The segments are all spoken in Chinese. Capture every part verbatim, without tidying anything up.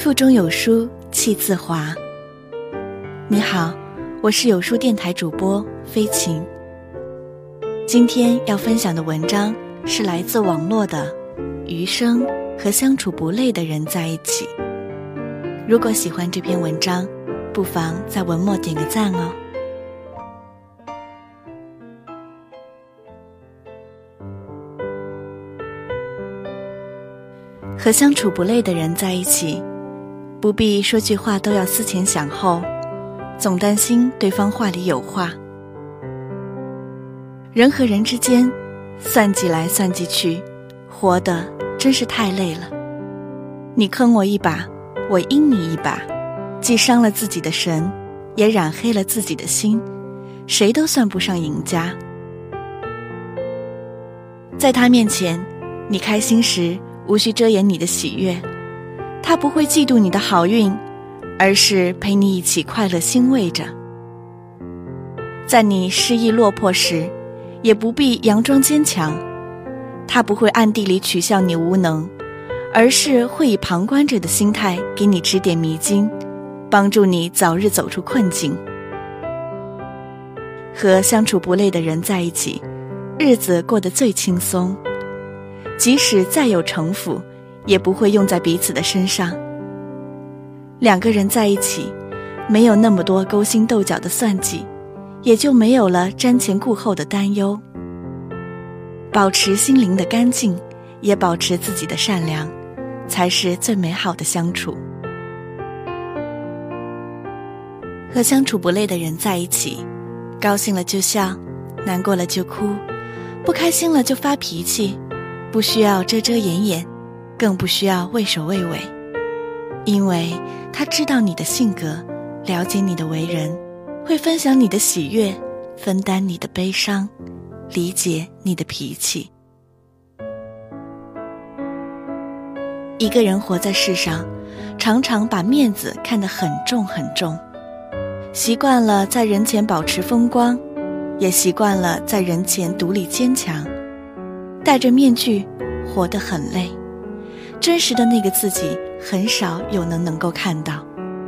腹中有书气自华。你好，我是有书电台主播飞琴。今天要分享的文章是来自网络的余生和相处不累的人在一起。如果喜欢这篇文章，不妨在文末点个赞哦。和相处不累的人在一起，不必说句话都要思前想后，总担心对方话里有话。人和人之间，算计来算计去，活得真是太累了。你坑我一把，我阴你一把，既伤了自己的神，也染黑了自己的心，谁都算不上赢家。在他面前，你开心时无需遮掩你的喜悦，他不会嫉妒你的好运，而是陪你一起快乐欣慰着。在你失意落魄时，也不必佯装坚强，他不会暗地里取笑你无能，而是会以旁观者的心态给你指点迷津，帮助你早日走出困境。和相处不累的人在一起，日子过得最轻松，即使再有城府，也不会用在彼此的身上。两个人在一起，没有那么多勾心斗角的算计，也就没有了瞻前顾后的担忧。保持心灵的干净，也保持自己的善良，才是最美好的相处。和相处不累的人在一起，高兴了就笑，难过了就哭，不开心了就发脾气，不需要遮遮掩掩，更不需要畏首畏尾，因为他知道你的性格，了解你的为人，会分享你的喜悦，分担你的悲伤，理解你的脾气。一个人活在世上，常常把面子看得很重很重，习惯了在人前保持风光，也习惯了在人前独立坚强，戴着面具活得很累，真实的那个自己很少有人能够看到。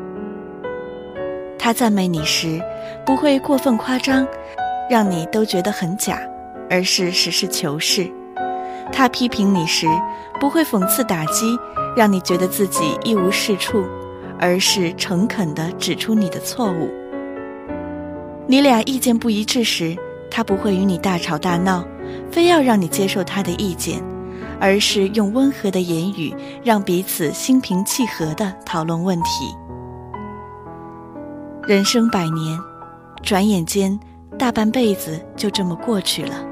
他赞美你时，不会过分夸张，让你都觉得很假，而是实事求是。他批评你时，不会讽刺打击，让你觉得自己一无是处，而是诚恳地指出你的错误。你俩意见不一致时，他不会与你大吵大闹，非要让你接受他的意见，而是用温和的言语让彼此心平气和地讨论问题。人生百年，转眼间大半辈子就这么过去了。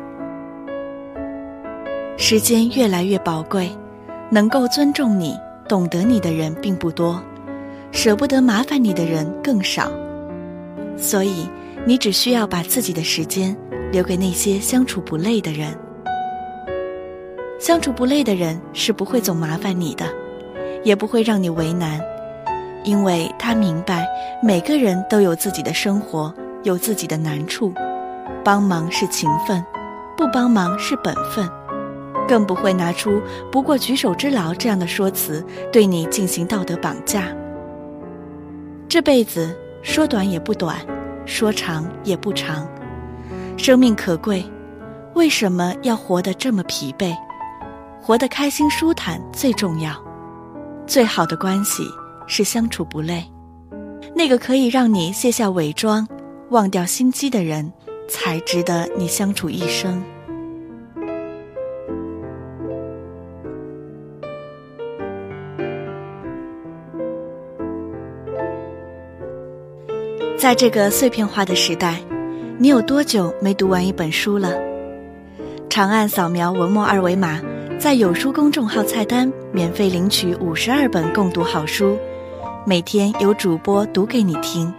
时间越来越宝贵，能够尊重你、懂得你的人并不多，舍不得麻烦你的人更少。所以你只需要把自己的时间留给那些相处不累的人。相处不累的人是不会总麻烦你的，也不会让你为难，因为他明白每个人都有自己的生活，有自己的难处，帮忙是情分，不帮忙是本分，更不会拿出不过举手之劳这样的说辞对你进行道德绑架。这辈子说短也不短，说长也不长，生命可贵，为什么要活得这么疲惫？活得开心舒坦最重要。最好的关系是相处不累，那个可以让你卸下伪装，忘掉心机的人，才值得你相处一生。在这个碎片化的时代，你有多久没读完一本书了？长按扫描文末二维码，在有书公众号菜单免费领取五十二本共读好书，每天有主播读给你听。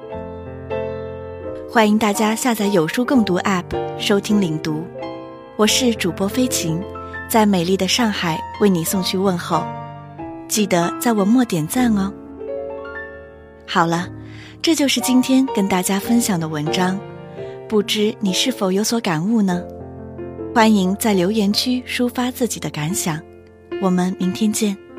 欢迎大家下载有书共读 App 收听领读。我是主播飞琴，在美丽的上海为你送去问候，记得在文末点赞哦。好了，这就是今天跟大家分享的文章，不知你是否有所感悟呢？欢迎在留言区抒发自己的感想，我们明天见。